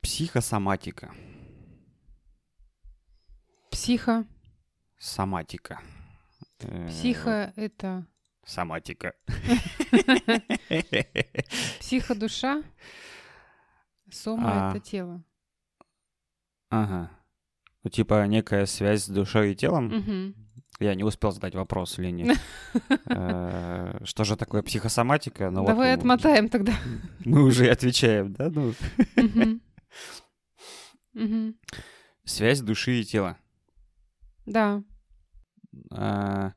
Психосоматика. Психо. Соматика. Психо — это Соматика. психо-душа, сома — это тело. Ага. Ну, типа некая связь с душой и телом. Мгм. Я не успел задать вопрос, Лене. Что же такое психосоматика? Ну, вот Давай отмотаем тогда. мы уже и отвечаем, да? Ну, Мгм. Мгм. связь души и тела. Да. А,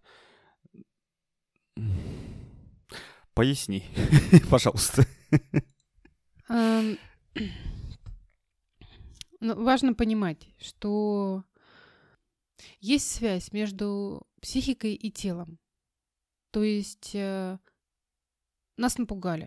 Поясни, пожалуйста. Ам, Ну, важно понимать, что есть связь между психикой и телом. То есть нас напугали.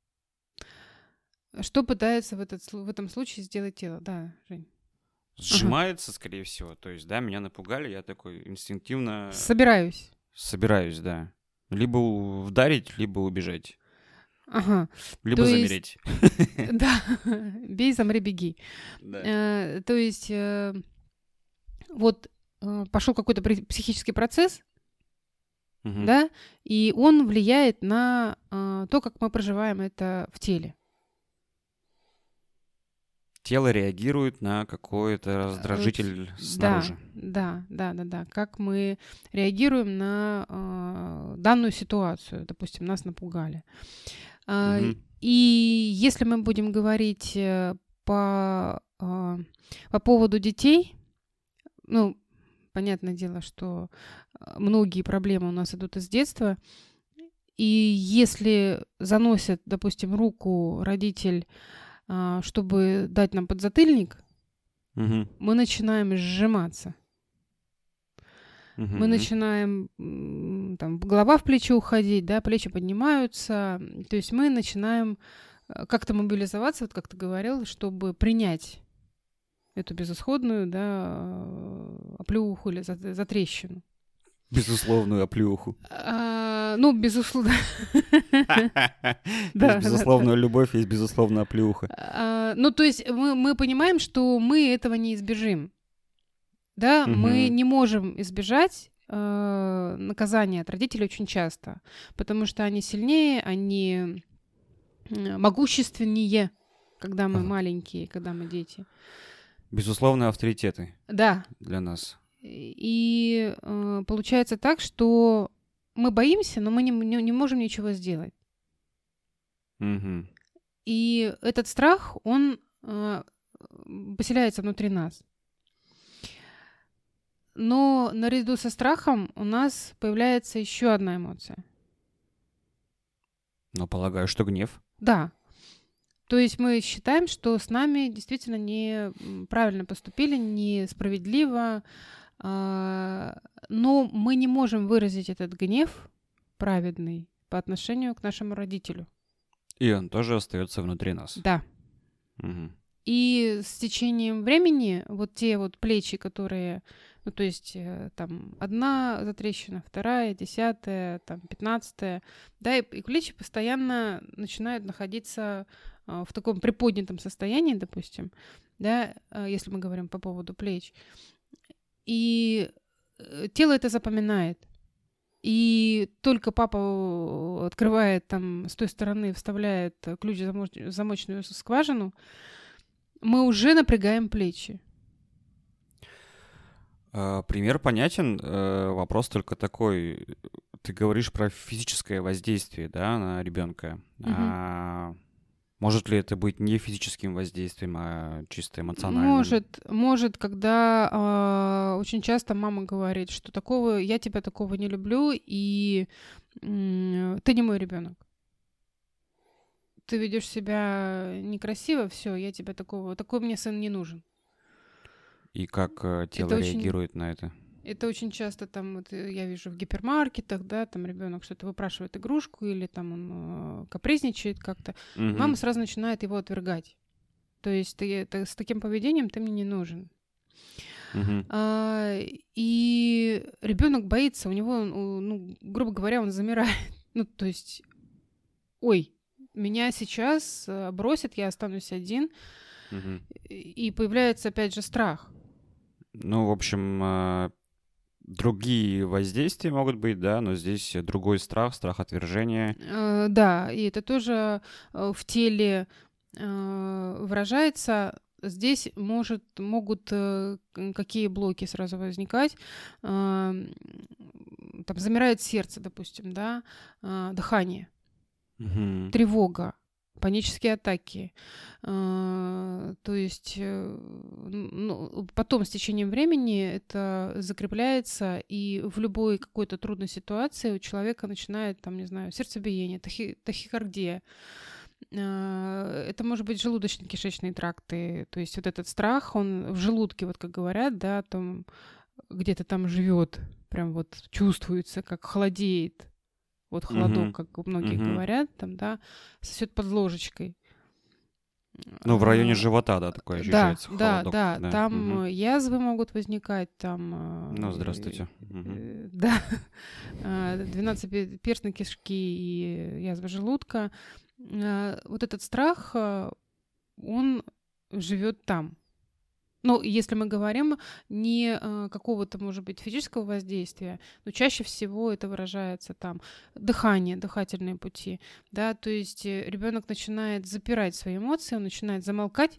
Что пытается в этом случае сделать тело? Да, Жень. Сжимается, скорее всего. То есть, да, меня напугали, я такой инстинктивно Собираюсь. собираюсь, да. Либо вдарить, либо убежать. Ага. Либо То есть- замереть. Да. Бей, замри, беги. Да. То есть вот пошел какой-то психический процесс, Мгм. да, и он влияет на то, как мы проживаем это в теле. Тело реагирует на какой-то раздражитель снаружи. Да. Как мы реагируем на данную ситуацию. Допустим, нас напугали. Мгм. И если мы будем говорить по поводу детей, ну, понятное дело, что многие проблемы у нас идут из детства. И если заносит, допустим, руку родитель, чтобы дать нам подзатыльник, Мгм. мы начинаем сжиматься. Мгм. Мы начинаем, там, голова в плечи уходить, да, плечи поднимаются. То есть мы начинаем как-то мобилизоваться, вот как ты говорил, чтобы принять эту безысходную, да, оплеуху или затрещину. Безусловную оплеуху. Ну, безусловно. Да, Есть безусловная любовь, есть безусловная оплеуха. Ну, то есть мы понимаем, что мы этого не избежим. Да, мы Мгм. не можем избежать наказания от родителей очень часто, потому что они сильнее, они могущественнее, когда мы Ага. маленькие, когда мы дети. Безусловные авторитеты Да. для нас. И получается так, что мы боимся, но мы не можем ничего сделать. Мгм. И этот страх, он поселяется внутри нас. Но наряду со страхом у нас появляется еще одна эмоция. Но полагаю, что гнев. Да. То есть мы считаем, что с нами действительно неправильно поступили, несправедливо, но мы не можем выразить этот гнев праведный по отношению к нашему родителю. И он тоже остается внутри нас. Да. Мгм. И с течением времени вот те вот плечи, которые, ну, то есть там одна затрещина, вторая, 10-я, там 15-я, да, и плечи постоянно начинают находиться в таком приподнятом состоянии, допустим, да, если мы говорим по поводу плеч. И тело это запоминает. И только папа открывает там с той стороны, вставляет ключ в замочную скважину, мы уже напрягаем плечи. Пример понятен. Вопрос только такой. Ты говоришь про физическое воздействие, да, на ребенка. Может ли это быть не физическим воздействием, а чисто эмоциональным? Может, когда очень часто мама говорит, что я тебя такого не люблю, и ты не мой ребенок. Ты ведешь себя некрасиво, все, я тебя такой мне сын не нужен. И как тело реагирует на это? Это очень часто там, вот, я вижу в гипермаркетах, да, там ребенок что-то выпрашивает игрушку или там он капризничает как-то. Мгм. Мама сразу начинает его отвергать. То есть с таким поведением ты мне не нужен. Мгм. И ребенок боится, у него, ну, грубо говоря, он замирает. Ну, то есть, ой, меня сейчас бросят, я останусь один. и появляется, опять же, страх. Ну, в общем, другие воздействия могут быть, да, но здесь другой страх, страх отвержения. Да, и это тоже в теле выражается. Здесь могут какие блоки сразу возникать. Там замирает сердце, допустим, да, дыхание, тревога, панические атаки. То есть потом с течением времени это закрепляется, и в любой какой-то трудной ситуации у человека начинает, там, не знаю, сердцебиение, тахикардия. Это может быть желудочно-кишечные тракты. То есть вот этот страх, он в желудке, вот как говорят, да, там где-то там живет, прям вот чувствуется, как холодеет. Вот холодок, как многие говорят, там, да, сосет под ложечкой. Ну, в районе живота, да, такое ощущается. Холодок. Да. Там язвы могут возникать, там... Ну, здравствуйте. Да. 12-перстной кишки и язва желудка. Вот этот страх, он живет там. Но если мы говорим не какого-то, может быть, физического воздействия, но чаще всего это выражается там дыхание, дыхательные пути, да, то есть ребенок начинает запирать свои эмоции, он начинает замолкать,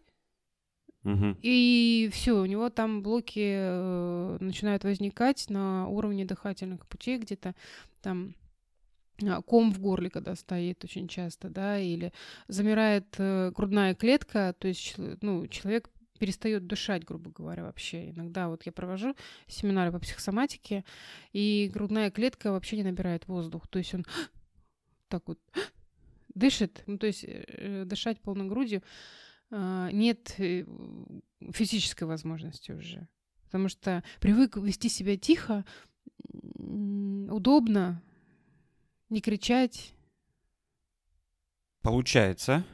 и все, у него там блоки начинают возникать на уровне дыхательных путей где-то там. Ком в горле, когда стоит очень часто, да, или замирает грудная клетка, то есть, ну, человек перестает дышать, грубо говоря, вообще. Иногда вот я провожу семинары по психосоматике, и грудная клетка вообще не набирает воздух, то есть он так вот дышит, ну, то есть дышать полной грудью нет физической возможности уже, потому что привык вести себя тихо, удобно, не кричать. Получается,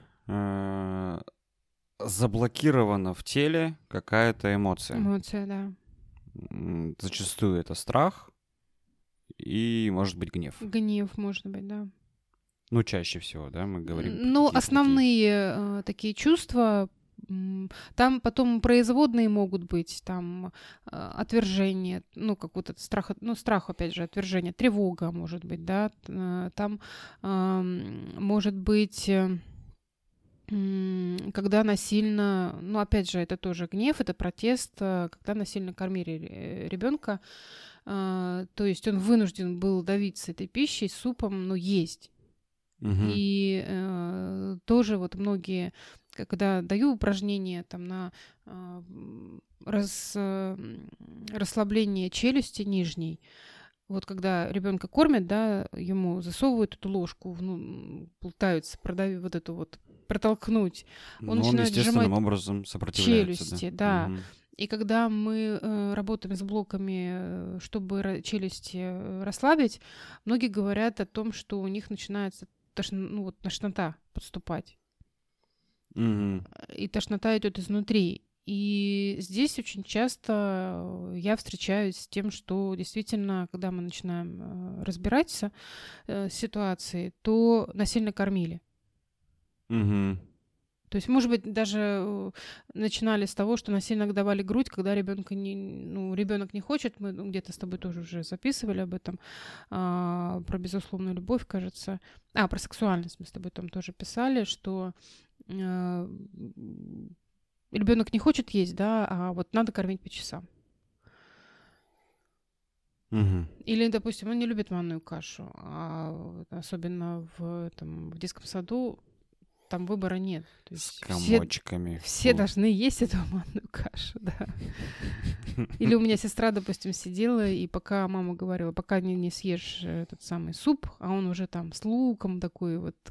заблокирована в теле какая-то эмоция. Эмоция, да. Зачастую это страх и, может быть, гнев. Гнев, может быть, да. Ну, чаще всего, да, мы говорим. Ну, основные такие чувства, там потом производные могут быть, там отвержение, ну, как вот этот страх, ну, страх, опять же, отвержение, тревога, может быть, да, там может быть... когда насильно, ну, опять же, это тоже гнев, это протест, когда насильно кормили ребенка, то есть он вынужден был давиться этой пищей, супом, но есть. И тоже вот многие, когда даю упражнения там на расслабление челюсти нижней, вот когда ребенка кормят, да, ему засовывают эту ложку, пытаются продавить вот эту вот, протолкнуть. Он начинает естественным образом сопротивляется. Челюсти, да. И когда мы работаем с блоками, чтобы челюсти расслабить, многие говорят о том, что у них начинается тошнота подступать. И тошнота идет изнутри. И здесь очень часто я встречаюсь с тем, что действительно, когда мы начинаем разбираться с ситуацией, то насильно кормили. То есть, может быть, даже начинали с того, что насильно давали грудь, когда ребенок не хочет. Мы где-то с тобой тоже уже записывали об этом, про безусловную любовь, кажется. Про сексуальность мы с тобой там тоже писали, что ребенок не хочет есть, да, а вот надо кормить по часам. Или, допустим, он не любит манную кашу, особенно в детском саду. Там выбора нет. То есть с комочками. Все должны есть эту манную кашу, да. Или у меня сестра, допустим, сидела, и пока мама говорила, пока не съешь этот самый суп, а он уже там с луком такой вот,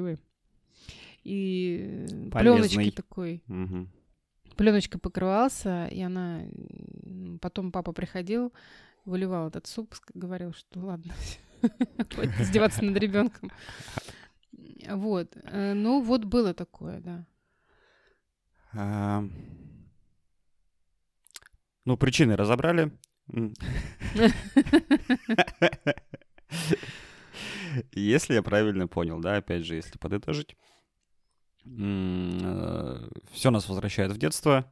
и пленочкой такой. Пленочкой покрывался, и она... Потом папа приходил, выливал этот суп, говорил, что ладно, хватит издеваться над ребенком. Вот. Ну, вот было такое, да. Ну, причины разобрали. Если я правильно понял, да, опять же, если подытожить, все нас возвращает в детство.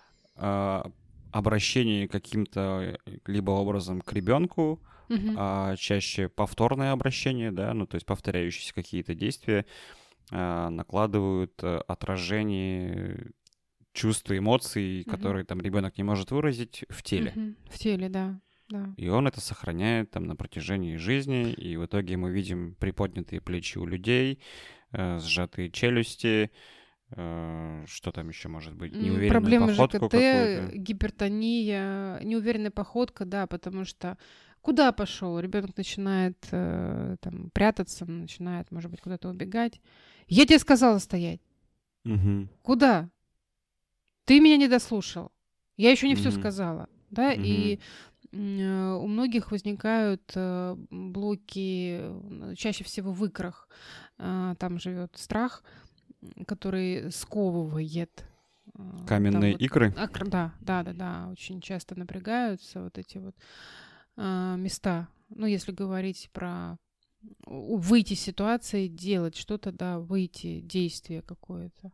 Обращение каким-то либо образом к ребенку, чаще повторное обращение, да, ну, то есть повторяющиеся какие-то действия накладывают отражение чувств и эмоций, которые там ребенок не может выразить в теле. В теле, да. И он это сохраняет там на протяжении жизни, и в итоге мы видим приподнятые плечи у людей, сжатые челюсти, что там еще может быть? Неуверенную проблемы походку ЖКТ, какую-то. гипертония, неуверенная походка, да, потому что куда пошел? Ребенок начинает там прятаться, начинает, может быть, куда-то убегать. Я тебе сказала стоять. Куда? Ты меня не дослушал. Я еще не все сказала, да, и у многих возникают блоки, чаще всего в икрах. Там живет страх, который сковывает. Каменные икры? Да. Очень часто напрягаются вот эти вот места. Ну, если говорить про выйти из ситуации, делать что-то, да, выйти, действие какое-то.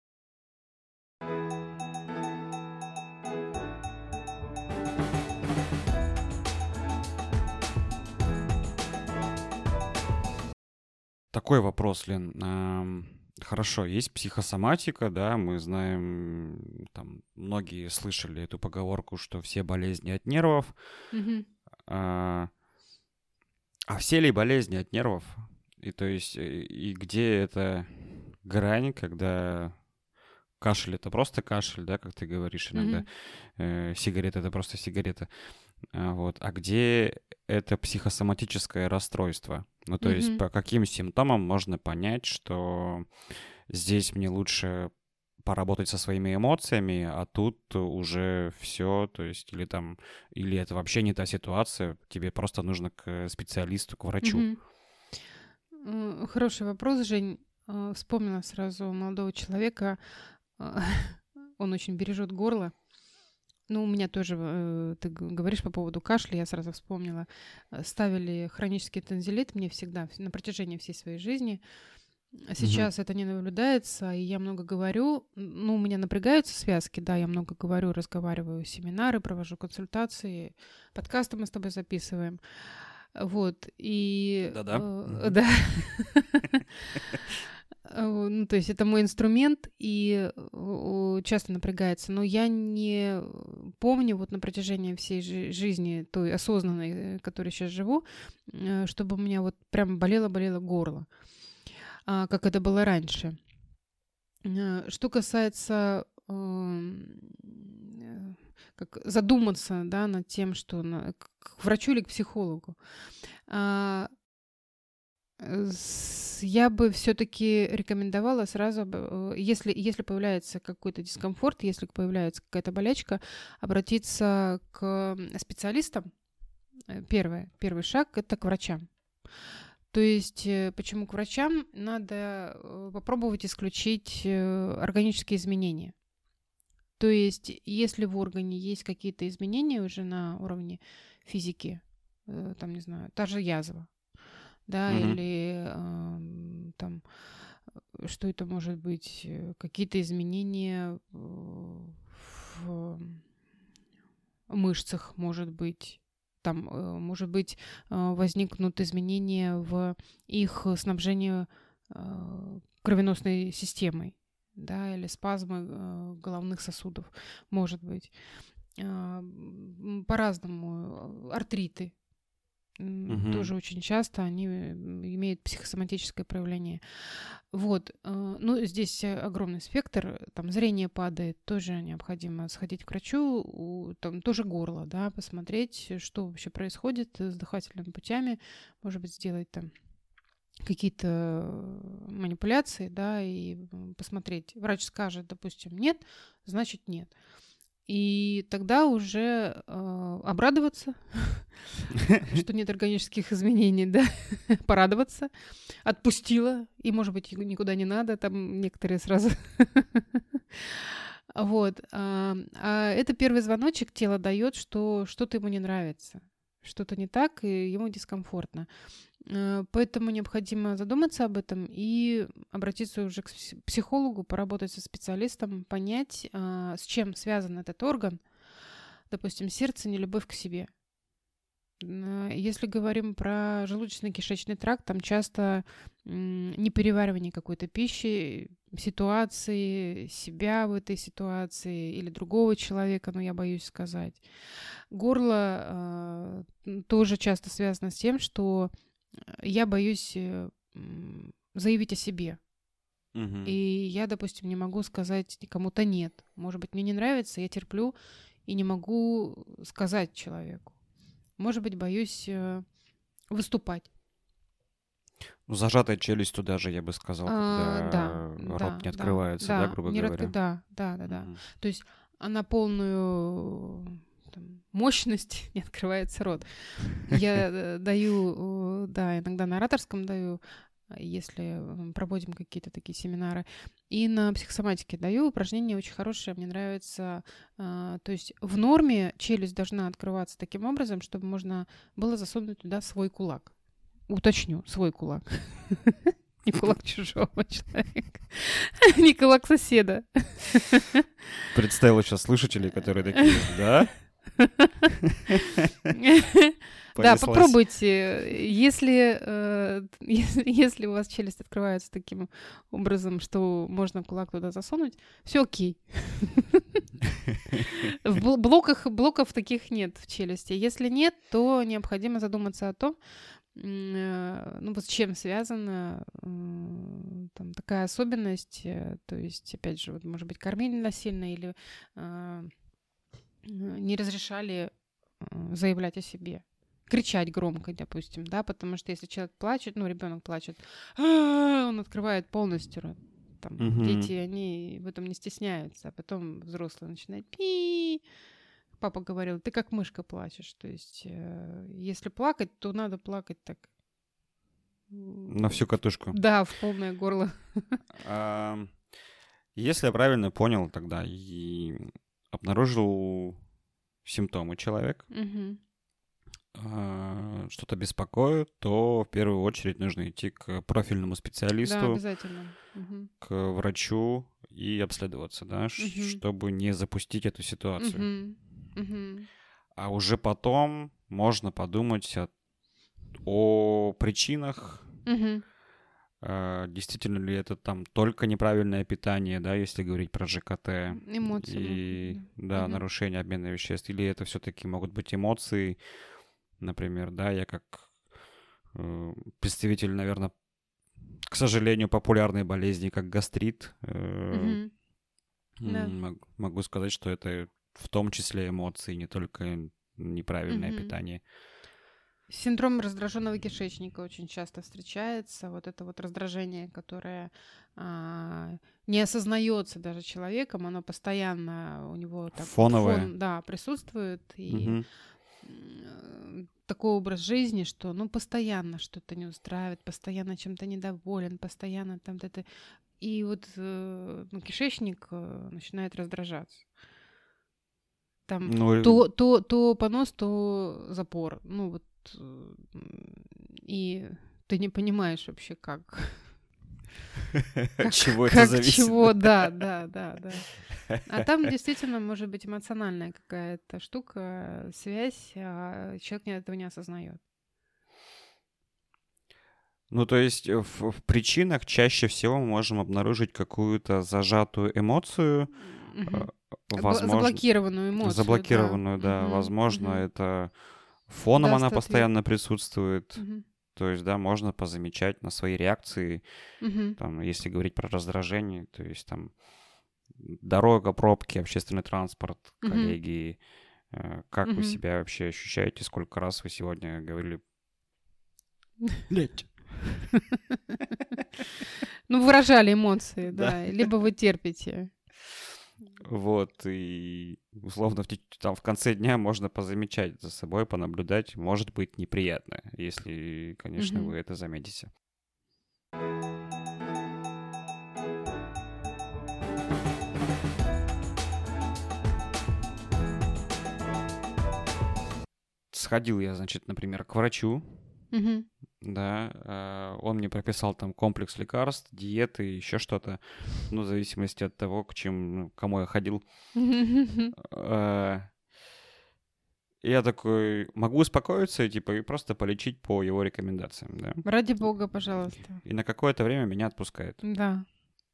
Такой вопрос, Лен. Хорошо, есть психосоматика, да, мы знаем, там, многие слышали эту поговорку, что все болезни от нервов. А все ли болезни от нервов? И то есть, и где эта грань, когда кашель — это просто кашель, да, как ты говоришь иногда, сигарета — это просто сигарета, вот, а где это психосоматическое расстройство? Ну, то есть по каким симптомам можно понять, что здесь мне лучше поработать со своими эмоциями, а тут уже все, то есть или это вообще не та ситуация, тебе просто нужно к специалисту, к врачу. Хороший вопрос, Жень. Вспомнила сразу молодого человека. Он очень бережет горло. Ну, у меня тоже, ты говоришь по поводу кашля, я сразу вспомнила. Ставили хронический тонзиллит мне всегда, на протяжении всей своей жизни. Сейчас это не наблюдается, и я много говорю. Ну, у меня напрягаются связки, да, я много говорю, разговариваю, семинары провожу, консультации, подкасты мы с тобой записываем. Вот, и... Да. Ну, то есть это мой инструмент, и часто напрягается. Но я не помню вот на протяжении всей жизни, той осознанной, которой сейчас живу, чтобы у меня вот прям болело горло, как это было раньше. Что касается как задуматься, да, над тем, что к врачу или к психологу, я бы все-таки рекомендовала сразу, если появляется какой-то дискомфорт, если появляется какая-то болячка, обратиться к специалистам. Первый шаг — это к врачам. То есть почему к врачам? Надо попробовать исключить органические изменения. То есть если в органе есть какие-то изменения уже на уровне физики, там, не знаю, та же язва, да, или там, что это может быть, какие-то изменения в мышцах, может быть, там, может быть, возникнут изменения в их снабжении кровеносной системой, да, или спазмы головных сосудов, может быть, по-разному, артриты. Тоже очень часто они имеют психосоматическое проявление. Вот. Ну, здесь огромный спектр. Там зрение падает, тоже необходимо сходить к врачу. Там тоже горло, да, посмотреть, что вообще происходит с дыхательными путями. Может быть, сделать там какие-то манипуляции, да, и посмотреть. Врач скажет, допустим, нет, значит нет. И тогда уже обрадоваться, что нет органических изменений, да, порадоваться, отпустила, и, может быть, никуда не надо, там некоторые сразу. Вот. А это первый звоночек тело дает, что что-то ему не нравится, что-то не так, и ему дискомфортно. Поэтому необходимо задуматься об этом и обратиться уже к психологу, поработать со специалистом, понять, с чем связан этот орган. Допустим, сердце, нелюбовь к себе. Если говорим про желудочно-кишечный тракт, там часто непереваривание какой-то пищи, ситуации, себя в этой ситуации или другого человека, но я боюсь сказать. Горло тоже часто связано с тем, что я боюсь заявить о себе. И я, допустим, не могу сказать кому-то «нет». Может быть, мне не нравится, я терплю и не могу сказать человеку. Может быть, боюсь выступать. Зажатая челюсть туда же, я бы сказал, когда рот не открывается, грубо говоря. Да. То есть на полную мощность не открывается рот. Я даю, иногда на ораторском даю, если проводим какие-то такие семинары. И на психосоматике даю упражнение очень хорошее, мне нравится. То есть в норме челюсть должна открываться таким образом, чтобы можно было засунуть туда свой кулак. Уточню, свой кулак. Не кулак чужого человека. Не кулак соседа. Представила сейчас слушателей, которые такие, да? Да, попробуйте. Если у вас челюсть открывается таким образом, что можно кулак туда засунуть, все окей. В блоков таких нет в челюсти. Если нет, то необходимо задуматься о том, с чем связана там такая особенность. То есть, опять же, может быть, кормили насильно или не разрешали заявлять о себе. Кричать громко, допустим, да, потому что если человек плачет, ребенок плачет, он открывает полностью рот. Там, дети, они в этом не стесняются, а потом взрослые начинают пи. Папа говорил, ты как мышка плачешь. То есть, если плакать, то надо плакать так. На всю катушку. Да, в полное горло. Если я правильно понял тогда и обнаружил симптомы человек, что-то беспокоит, то в первую очередь нужно идти к профильному специалисту, да, обязательно. К врачу и обследоваться, да, чтобы не запустить эту ситуацию. А уже потом можно подумать о причинах, действительно ли это там только неправильное питание, да, если говорить про ЖКТ, эмоции, и нарушение обмена веществ, или это все-таки могут быть эмоции, например, да, я как представитель, наверное, к сожалению, популярной болезни, как гастрит, могу сказать, что это в том числе эмоции, не только неправильное питание. Синдром раздраженного кишечника очень часто встречается. Вот это вот раздражение, которое не осознается даже человеком, оно постоянно у него так фоновое. Присутствует. И такой образ жизни, что постоянно что-то не устраивает, постоянно чем-то недоволен, постоянно там это. И вот кишечник начинает раздражаться. Там то понос, то запор. И ты не понимаешь вообще, как... От чего это зависит. Чего, да. А там действительно может быть эмоциональная какая-то штука, связь, а человек этого не осознает. То есть в причинах чаще всего мы можем обнаружить какую-то зажатую эмоцию, заблокированную эмоцию. Заблокированную, да. Возможно, это фоном она постоянно присутствует. То есть, да, можно позамечать на свои реакции, там, если говорить про раздражение, то есть там дорога, пробки, общественный транспорт, коллеги. Как вы себя вообще ощущаете? Сколько раз вы сегодня говорили «блядь»? Выражали эмоции, да. Либо вы терпите. Вот, и условно в конце дня можно позамечать за собой, понаблюдать, может быть неприятно, если, конечно, вы это заметите. Сходил я, значит, например, к врачу, Мгм. да, он мне прописал там комплекс лекарств, диеты, еще что-то, ну, в зависимости от того, к кому я ходил. А, И я такой, могу успокоиться типа, и просто полечить по его рекомендациям, да. Ради бога, пожалуйста. И на какое-то время меня отпускает. Да.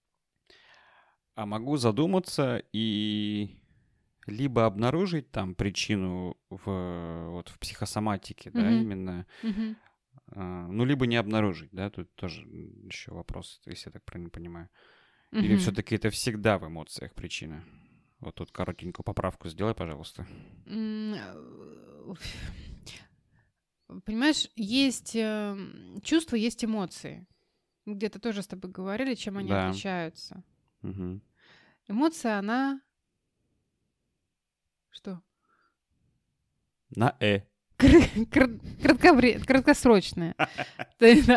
А могу задуматься и либо обнаружить там причину вот в психосоматике, да, Мгм. именно, Мгм. ну, либо не обнаружить, да, тут тоже еще вопрос, если я так правильно понимаю. Или Мгм. все-таки это всегда в эмоциях причина? Вот тут коротенькую поправку сделай, пожалуйста. Понимаешь, есть чувства, есть эмоции. Мы где-то тоже с тобой говорили, чем они Да. отличаются. Мгм. Эмоция, она... Что? На Краткосрочная. То есть,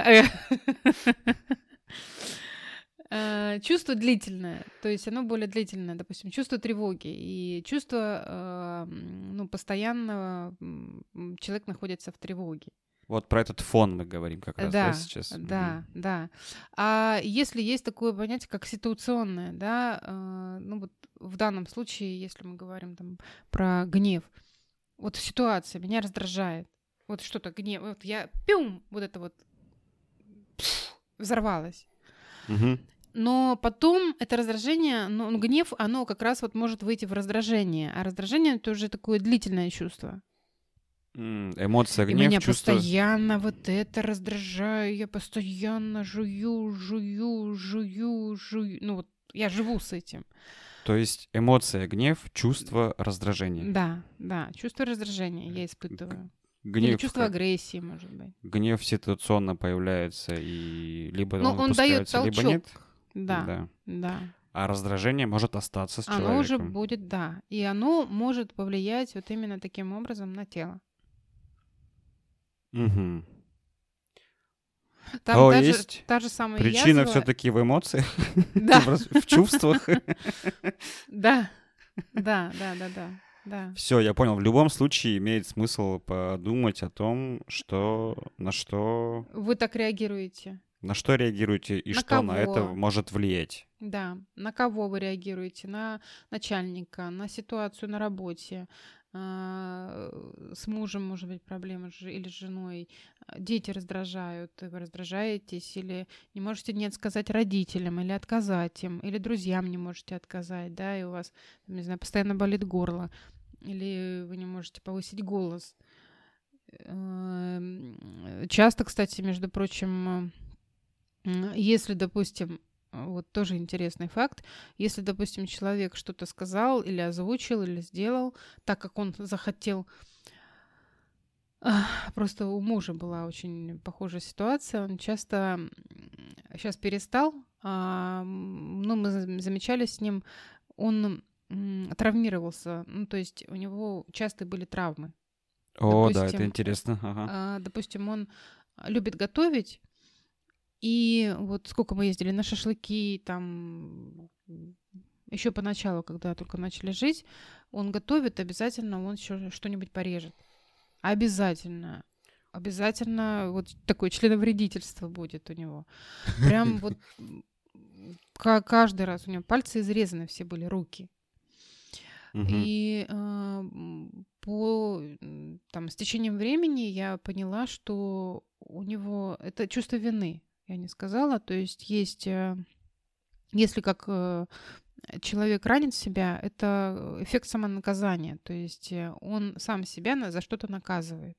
чувство длительное, то есть оно более длительное, допустим, чувство тревоги и чувство, ну, постоянно человек находится в тревоге. Вот про этот фон мы говорим как раз, да, Да, сейчас? да, да. А если есть такое понятие, как ситуационное, да, ну вот в данном случае, если мы говорим там про гнев, вот ситуация меня раздражает, вот что-то гнев, вот я вот это вот взорвалась. Мгм. Но потом это раздражение, ну, гнев, оно как раз вот может выйти в раздражение. А раздражение — это уже такое длительное чувство. Эмоция, И гнев, меня чувство. постоянно вот это раздражаю, я постоянно жую. Ну вот я живу с этим. То есть эмоция, гнев, чувство, раздражение. Да, чувство раздражения я испытываю. Или Гнев, чувство агрессии, может быть. гнев ситуационно появляется, и либо Но он он дает выпускается, либо толчок. нет. Да. А раздражение может остаться с Оно уже человеком. будет, да. И оно может повлиять вот именно таким образом на тело. Угу. Там То даже есть та же самая причина язва. все-таки в эмоциях, Да, в чувствах. да, да. Все, я понял. В любом случае имеет смысл подумать о том, на Вы так реагируете. что реагируете и На что на это кого? может влиять. Да, на кого вы реагируете? На начальника, на ситуацию на работе, с мужем, может быть, проблемы или с женой, дети раздражают, и вы раздражаетесь, или не можете нет сказать родителям, или отказать им, или друзьям не можете отказать, да, и у вас, не знаю, постоянно болит горло, или вы не можете повысить голос. Часто, кстати, между прочим, если, допустим, вот тоже интересный факт, если, допустим, человек что-то сказал или озвучил, или сделал так, как он захотел, просто у мужа была очень похожая ситуация, он часто сейчас перестал, но мы замечали с ним, он травмировался, ну, то есть у него часто были травмы. О, да, это Допустим, интересно. Ага. допустим, он любит готовить, и вот сколько мы ездили на шашлыки, там еще поначалу, когда только начали жить, он готовит, обязательно он еще что-нибудь порежет. Обязательно. Обязательно вот такое членовредительство будет у него. Прям вот каждый раз у него пальцы изрезаны все были, руки. Мгм. И там, с течением времени я поняла, что у него это чувство вины, я не сказала. То есть если как человек ранит себя, это эффект самонаказания. То есть он сам себя за что-то наказывает.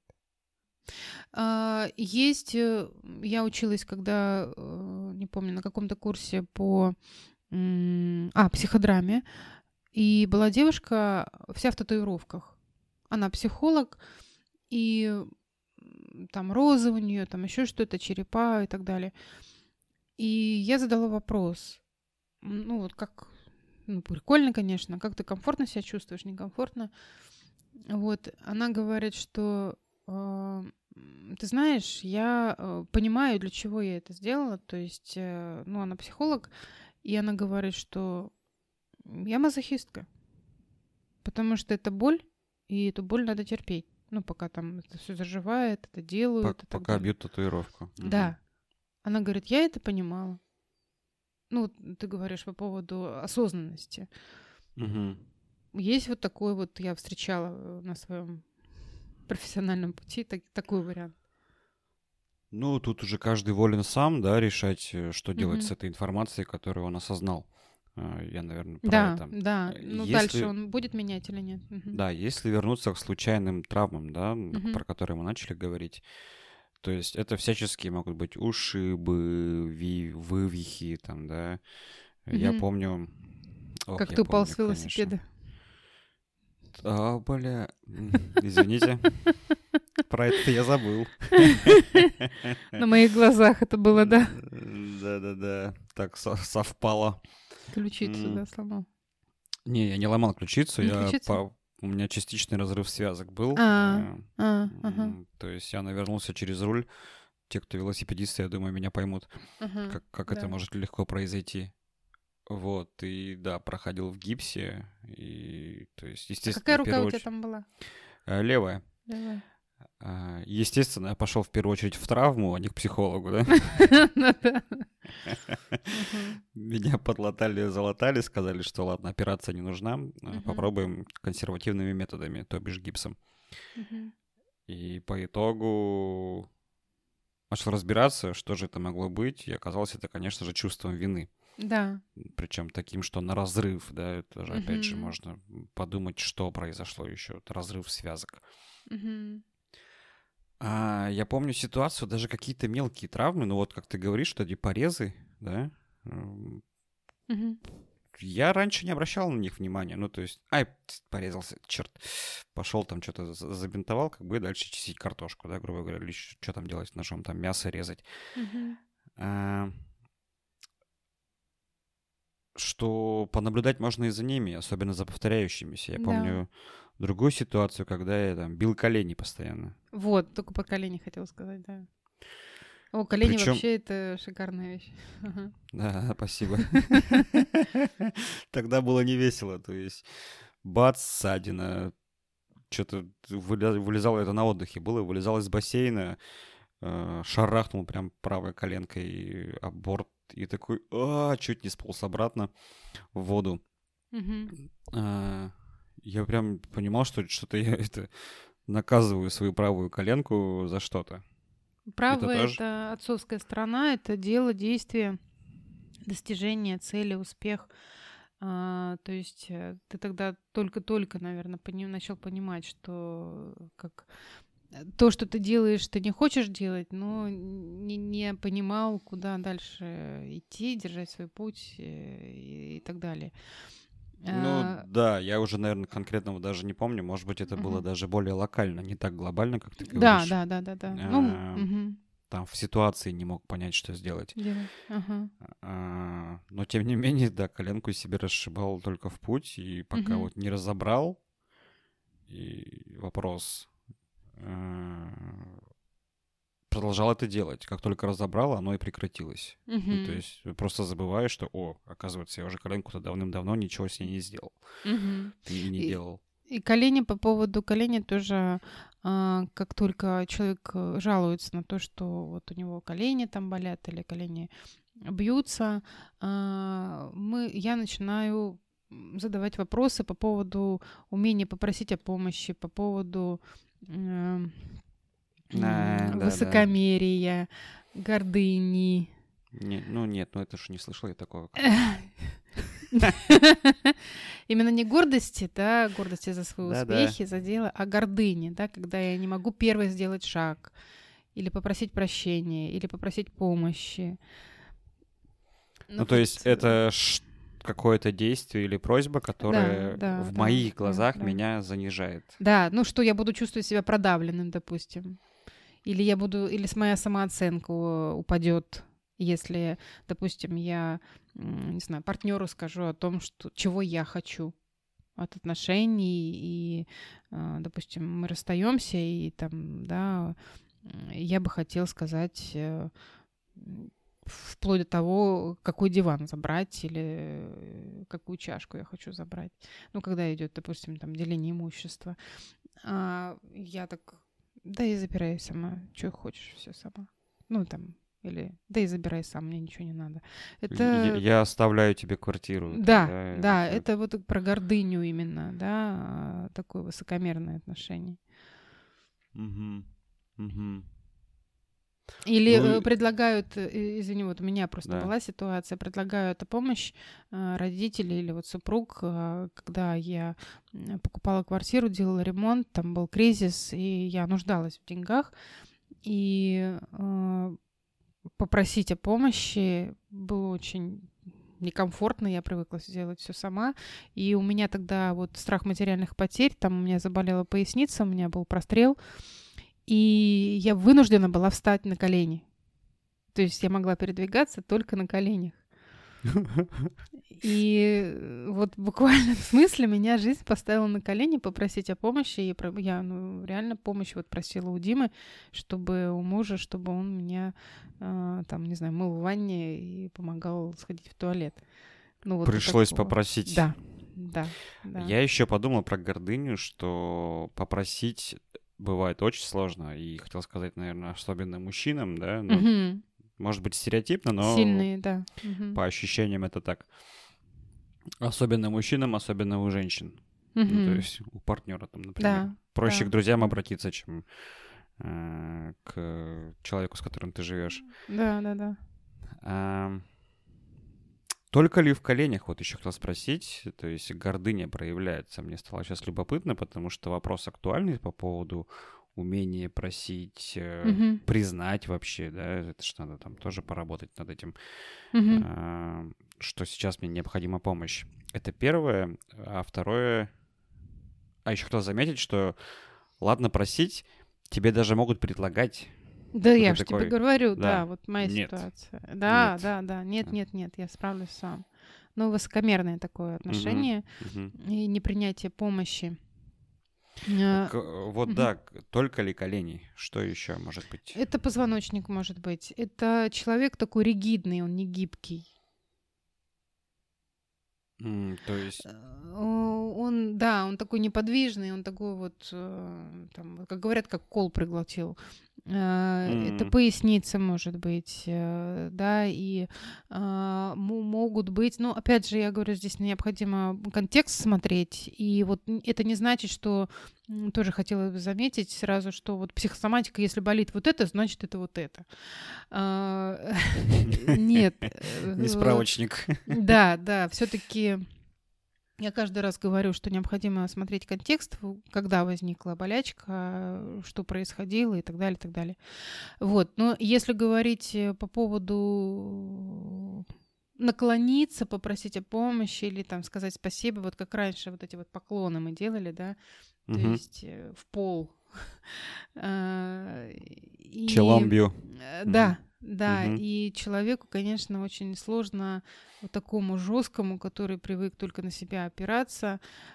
Есть, я училась, когда, не помню, на каком-то курсе по психодраме, и была девушка вся в татуировках. Она психолог, и там розы у нее, там еще что-то, черепа и так далее. И я задала вопрос, ну вот как, ну прикольно, конечно, как ты комфортно себя чувствуешь, некомфортно? Вот, она говорит, что ты знаешь, я понимаю, для чего я это сделала, то есть, ну она психолог, и она говорит, что я мазохистка. Потому что это боль, и эту боль надо терпеть. Ну, пока там это все заживает, это делают. Пока бьют татуировку. Да. Она говорит, я это понимала. Ну, ты говоришь по поводу осознанности. Есть вот такой вот, я встречала на своем профессиональном пути такой вариант. Ну, тут уже каждый волен сам, да, решать, что делать с этой информацией, которую он осознал. Я, наверное, про это. Да. Ну, дальше он будет менять или нет? Да, если вернуться к случайным травмам, да, про которые мы начали говорить, то есть это всяческие могут быть ушибы, вывихи, там, да. Я помню... Как ты упал с велосипеда? Бля, извините. Про это я забыл. На моих глазах это было, да? Да. Так совпало. Ключицу, да, сломал? Не, я не ломал ключицу, у меня частичный разрыв связок был. То есть я навернулся через руль. Те, кто велосипедисты, я думаю, меня поймут, как это может легко произойти. Вот, и да, проходил в гипсе. И, то есть, естественно, какая рука у тебя там была? Левая. Естественно, я пошел в первую очередь в травму, а не к психологу, да? Меня подлатали, залатали, сказали, что ладно, операция не нужна, попробуем консервативными методами, то бишь гипсом. И по итогу начал разбираться, что же это могло быть, и оказалось это, конечно же, чувством вины. Да. Причем таким, что на разрыв, да, это же, опять же, можно подумать, что произошло еще, это разрыв связок. Я помню ситуацию, даже какие-то мелкие травмы, ну вот как ты говоришь, что эти порезы, да, я раньше не обращал на них внимания, ну то есть, порезался, черт, пошел там что-то забинтовал, как бы дальше чистить картошку, да, грубо говоря, или что там делать ножом, там мясо резать. Что понаблюдать можно и за ними, особенно за повторяющимися. Я помню другую ситуацию, когда я там бил колени постоянно. Вот, только по колени хотела сказать, да. О, колени вообще это шикарная вещь. Да, спасибо. Тогда было не весело, то есть бац, ссадина, что-то вылезало, это на отдыхе было, вылезал из бассейна, шарахнул прям правой коленкой об борт и такой, чуть не сполз обратно в воду. Я прям понимал, что что-то я наказываю свою правую коленку за что-то. Правая — это отцовская сторона, это дело, действие, достижение цели, успех. То есть ты тогда только-только, наверное, начал понимать, что то, что ты делаешь, ты не хочешь делать, но не понимал, куда дальше идти, держать свой путь и так далее. Ну да, я уже, наверное, конкретного даже не помню. Может быть, это было даже более локально, не так глобально, как ты говоришь. Да. Там в ситуации не мог понять, что сделать. Но тем не менее, да, коленку себе расшибал только в путь, и пока вот не разобрал, и вопрос... продолжал это делать. Как только разобрал, оно и прекратилось. Ну, то есть просто забываешь, что, оказывается, я уже коленку-то давным-давно ничего с ней не сделал. И не делал. И колени, по поводу колени тоже, как только человек жалуется на то, что вот у него колени там болят или колени бьются, я начинаю задавать вопросы по поводу умения попросить о помощи, по поводу высокомерия, гордыни. Нет, это ж не слышал я такого. Именно не гордости, да, гордости за свои успехи, за дело, а гордыни, да, когда я не могу первой сделать шаг, или попросить прощения, или попросить помощи. Ну то есть это какое-то действие или просьба, которая в моих глазах меня занижает. Да, ну что я буду чувствовать себя продавленным, допустим. Или моя самооценка упадет, если, допустим, я, не знаю, партнеру скажу о том, чего я хочу от отношений, и, допустим, мы расстаемся, и там, да, я бы хотел сказать, вплоть до того, какой диван забрать или какую чашку я хочу забрать. Ну, когда идет, допустим, там деление имущества. Я так, да и забирай сама, что хочешь, все сама. Ну, там, или да и забирай сам, мне ничего не надо. Это... Я оставляю тебе квартиру. Да, Там, да, это вот про гордыню именно, да, такое высокомерное отношение. Угу. Угу. Или предлагают, извини, вот у меня просто Да. была ситуация, предлагают помощь родители или вот супруг, когда я покупала квартиру, делала ремонт, там был кризис, и я нуждалась в деньгах, и попросить о помощи было очень некомфортно, я привыкла сделать все сама, и у меня тогда вот страх материальных потерь, там у меня заболела поясница, у меня был прострел, и я вынуждена была встать на колени. То есть я могла передвигаться только на коленях. И вот буквально в смысле меня жизнь поставила на колени попросить о помощи. И я реально помощь вот просила у Димы, чтобы у мужа, чтобы он меня там, не знаю, мыл в ванне и помогал сходить в туалет. Ну, вот Пришлось попросить. Да, да. Я еще подумал про гордыню, что попросить бывает очень сложно. И хотел сказать, наверное, особенно мужчинам, да, ну, может быть, стереотипно, но сильные, да. по ощущениям это так. Особенно мужчинам, особенно у женщин. Ну, то есть у партнера, там, например. Да, проще да. к друзьям обратиться, чем к человеку, с которым ты живешь. Да. Только ли в коленях, вот еще хотел спросить, то есть гордыня проявляется. Мне стало сейчас любопытно, потому что вопрос актуальный по поводу умения просить, признать вообще, да, это же надо там тоже поработать над этим, что сейчас мне необходима помощь. Это первое. А второе... еще хотел заметить, что ладно просить, тебе даже могут предлагать. Да, я же тебе говорю, да, вот моя нет. ситуация. Да, нет, я справлюсь сам. Ну, высокомерное такое отношение и непринятие помощи. Вот да, только ли колени? Что еще может быть? Это позвоночник может быть. Это человек такой ригидный, он не гибкий. То есть... Он такой неподвижный, он такой вот, там, как говорят, как кол проглотил. Это поясница может быть, да, и могут быть, ну, опять же, я говорю, здесь необходимо контекст смотреть, и вот это не значит, что, тоже хотела бы заметить сразу, что вот психосоматика, если болит вот это, значит, это вот это. Нет. Не справочник. Да, все-таки я каждый раз говорю, что необходимо смотреть контекст, когда возникла болячка, что происходило и так далее, и так далее. Вот. Но если говорить по поводу наклониться, попросить о помощи или там сказать спасибо, вот как раньше вот эти вот поклоны мы делали, да, то есть в пол. Челом бью. Да, и человеку, конечно, очень сложно вот такому жесткому, который привык только на себя опираться,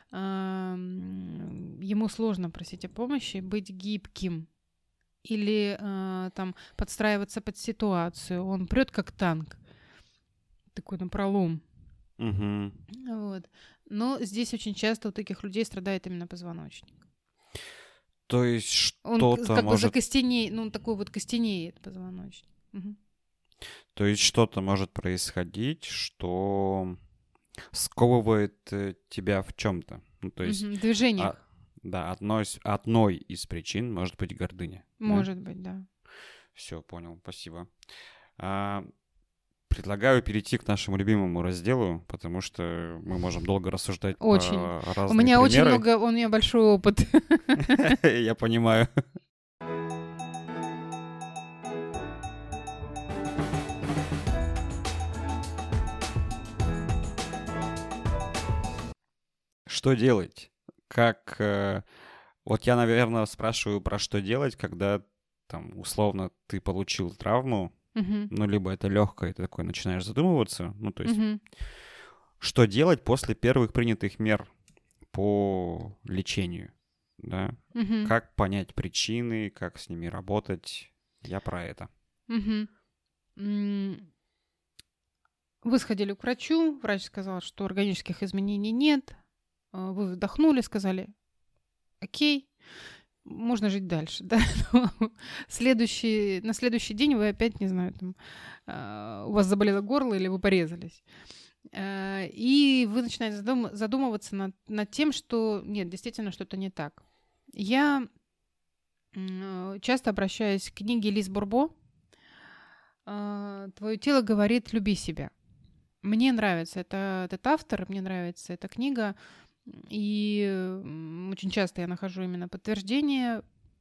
ему сложно просить о помощи, быть гибким или там подстраиваться под ситуацию. Он прет как танк, такой напролом. Вот. Но здесь очень часто у таких людей страдает именно позвоночник. То есть что-то он как может... бы закостенеет, ну, такой вот костенеет позвоночник. То есть что-то может происходить, что сковывает тебя в чем-то. Ну, то есть... В движениях. Да, одной из причин может быть гордыня. Может быть, да. Все, понял, спасибо. Предлагаю перейти к нашему любимому разделу, потому что мы можем долго рассуждать по разным примерам. У меня очень много, у меня большой опыт. Я понимаю. Что делать? Как... Вот я, наверное, спрашиваю про что делать, когда там условно ты получил травму, ну, либо это легкое, ты такой начинаешь задумываться. Ну, то есть, что делать после первых принятых мер по лечению, да? Как понять причины, как с ними работать? Я про это. Вы сходили к врачу, врач сказал, что органических изменений нет. Вы вздохнули, сказали, окей, можно жить дальше. Да? На следующий день вы опять, не знаю, там, у вас заболело горло или вы порезались. И вы начинаете задумываться над тем, что нет, действительно что-то не так. Я часто обращаюсь к книге Лиз Бурбо «Твое тело говорит, люби себя». Мне нравится этот автор, мне нравится эта книга, и очень часто я нахожу именно подтверждение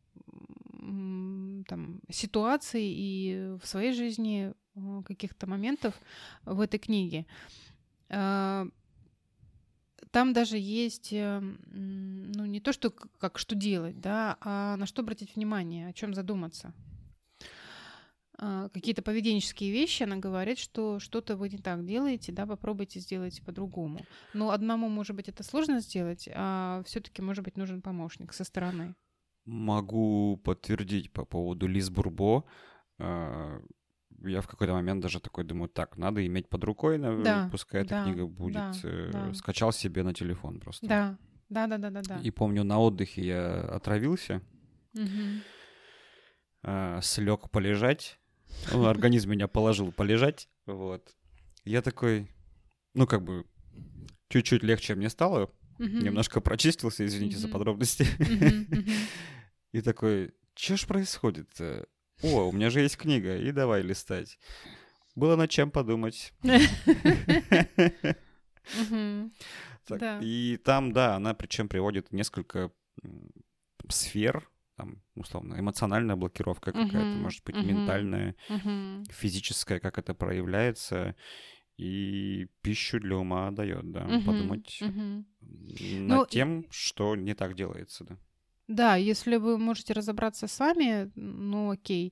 там, ситуаций и в своей жизни каких-то моментов в этой книге. Там даже есть, ну, не то, что как что делать, да, а на что обратить внимание, о чем задуматься. Какие-то поведенческие вещи, она говорит, что что-то вы не так делаете, да, попробуйте сделать по-другому. Но одному, может быть, это сложно сделать, а все-таки, может быть, нужен помощник со стороны. Могу подтвердить по поводу Лиз Бурбо. Я в какой-то момент даже такой думаю, так, надо иметь под рукой, Да, пускай эта да, книга будет. да. Скачал себе на телефон просто. Да. И помню, на отдыхе я отравился, слег полежать, организм меня положил полежать, вот. Я такой, ну, как бы, чуть-чуть легче мне стало, немножко прочистился, извините за подробности. И такой, что ж происходит-то? О, у меня же есть книга, и давай листать. Было над чем подумать. И там, да, она причем приводит несколько сфер, там, условно, эмоциональная блокировка какая-то, может быть, ментальная, физическая, как это проявляется, и пищу для ума дает, да, подумать над тем, что не так делается, да. Да, если вы можете разобраться сами, ну окей,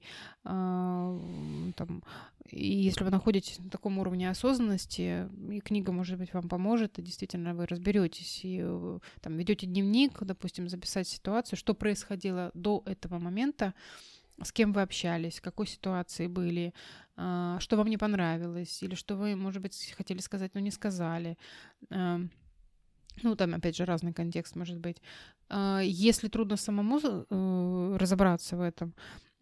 там, и если вы находитесь на таком уровне осознанности, и книга, может быть, вам поможет, и действительно вы разберетесь, и там ведете дневник, допустим, записать ситуацию, что происходило до этого момента, с кем вы общались, в какой ситуации были, что вам не понравилось, или что вы, может быть, хотели сказать, но не сказали. Ну, там, опять же, разный контекст может быть. Если трудно самому разобраться в этом,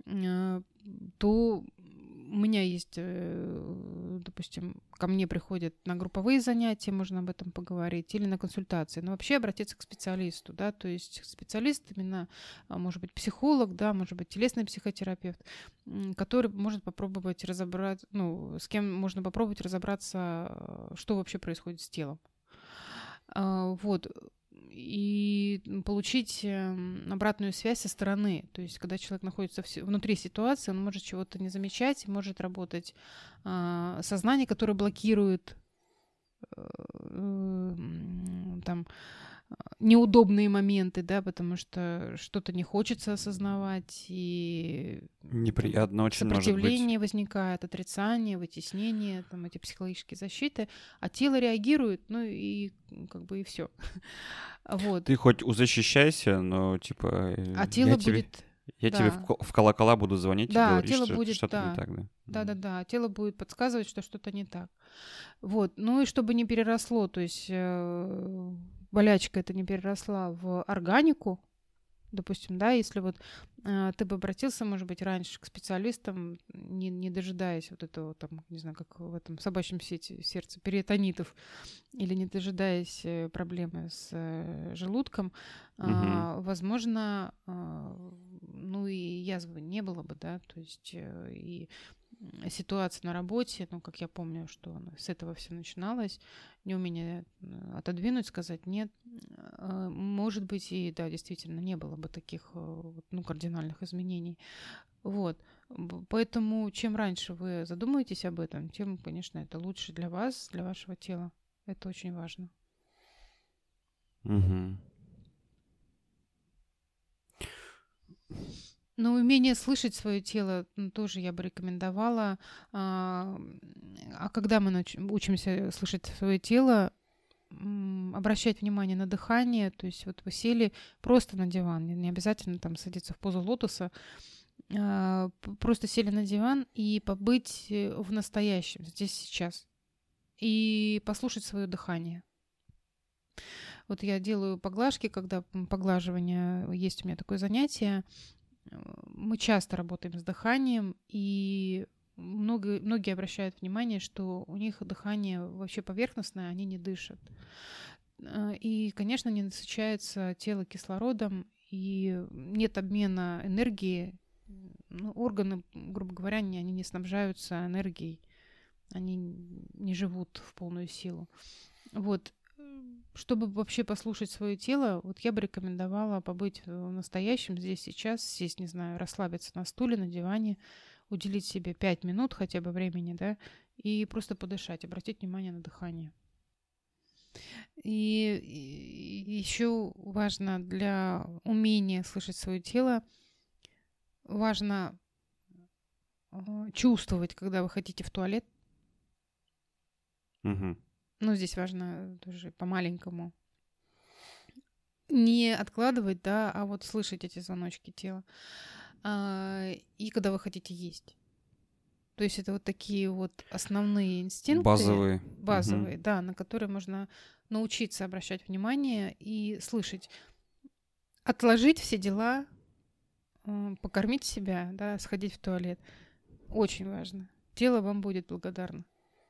то у меня есть, допустим, ко мне приходят на групповые занятия, можно об этом поговорить, или на консультации. Но вообще обратиться к специалисту, да, то есть специалист именно, может быть, психолог, да, может быть, телесный психотерапевт, который может попробовать разобрать, ну, с кем можно попробовать разобраться, что вообще происходит с телом. Вот, и получить обратную связь со стороны. То есть, когда человек находится внутри ситуации, он может чего-то не замечать, может работать сознание, которое блокирует там неудобные моменты, да, потому что что-то не хочется осознавать, и неприятно очень может быть. Сопротивление возникает, отрицание, вытеснение, там эти психологические защиты, а тело реагирует, ну и как бы и все. Вот. Ты хоть защищайся, но типа... А тело будет... тебе в колокола буду звонить и говорить, тело что будет, что-то не так, да? Да. Тело будет подсказывать, что что-то не так. Вот. Ну и чтобы не переросло, то есть болячка это не переросла в органику, допустим, да, если вот ты бы обратился, может быть, раньше к специалистам, не дожидаясь вот этого, там, не знаю, как в этом собачьем сердце перитонитов, или не дожидаясь проблемы с желудком, возможно, ну и язвы не было бы, да, то есть и ситуация на работе, ну, как я помню, что с этого все начиналось, неумение отодвинуть, сказать нет, может быть, и да, действительно, не было бы таких, ну, кардинальных изменений. Вот. Поэтому чем раньше вы задумаетесь об этом, тем, конечно, это лучше для вас, для вашего тела. Это очень важно. Но умение слышать свое тело тоже я бы рекомендовала. А когда мы учимся слышать свое тело, обращать внимание на дыхание, то есть вот вы сели просто на диван, не обязательно там садиться в позу лотоса, просто сели на диван и побыть в настоящем, здесь сейчас. и послушать свое дыхание. Вот я делаю поглажки, когда поглаживание, есть у меня такое занятие. Мы часто работаем с дыханием, и многие обращают внимание, что у них дыхание вообще поверхностное, они не дышат. И, конечно, не насыщается тело кислородом, и нет обмена энергии. Органы, грубо говоря, они не снабжаются энергией, они не живут в полную силу. Вот. Чтобы вообще послушать свое тело, вот я бы рекомендовала побыть в настоящем здесь, сейчас, сесть, не знаю, расслабиться на стуле, на диване, уделить себе 5 минут хотя бы времени, да, и просто подышать, обратить внимание на дыхание. И еще важно для умения слышать свое тело, важно чувствовать, когда вы хотите в туалет. Угу. Ну, здесь важно тоже по-маленькому. Не откладывать, да, а вот слышать эти звоночки тела. И когда вы хотите есть. То есть это вот такие вот основные инстинкты. Базовые, Угу. да, на которые можно научиться обращать внимание и слышать. Отложить все дела, покормить себя, да, сходить в туалет. Очень важно. Тело вам будет благодарно.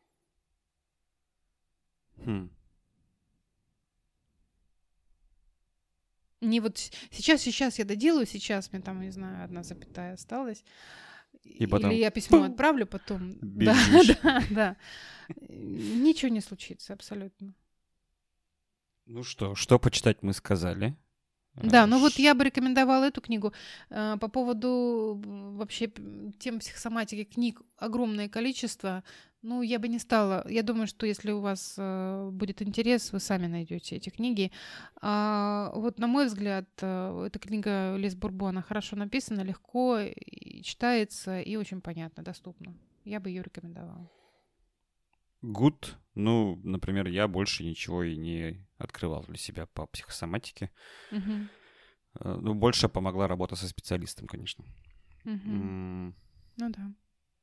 Не вот сейчас я доделаю, сейчас мне там, не знаю, 1 запятая осталась. И потом... Или я письмо отправлю потом. Бежишь. Да. Ничего не случится абсолютно. Ну что почитать мы сказали. Да, ну вот я бы рекомендовала эту книгу. По поводу вообще тем психосоматики книг огромное количество. Ну, я бы не стала. Я думаю, что если у вас будет интерес, вы сами найдете эти книги. Вот, на мой взгляд, эта книга Лиз Бурбо, она хорошо написана, легко читается и очень понятно, доступно. Я бы ее рекомендовала. Good. Ну, например, я больше ничего и не открывал для себя по психосоматике. Угу. Ну, больше помогла работа со специалистом, конечно. Угу. Ну да.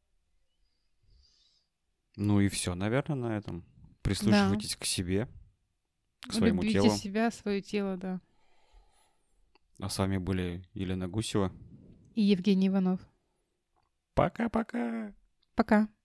Ну и все, наверное, на этом. Прислушивайтесь к себе, к своему Любите телу. себя, свое тело, да. А с вами были Елена Гусева и Евгений Иванов. Пока-пока. Пока.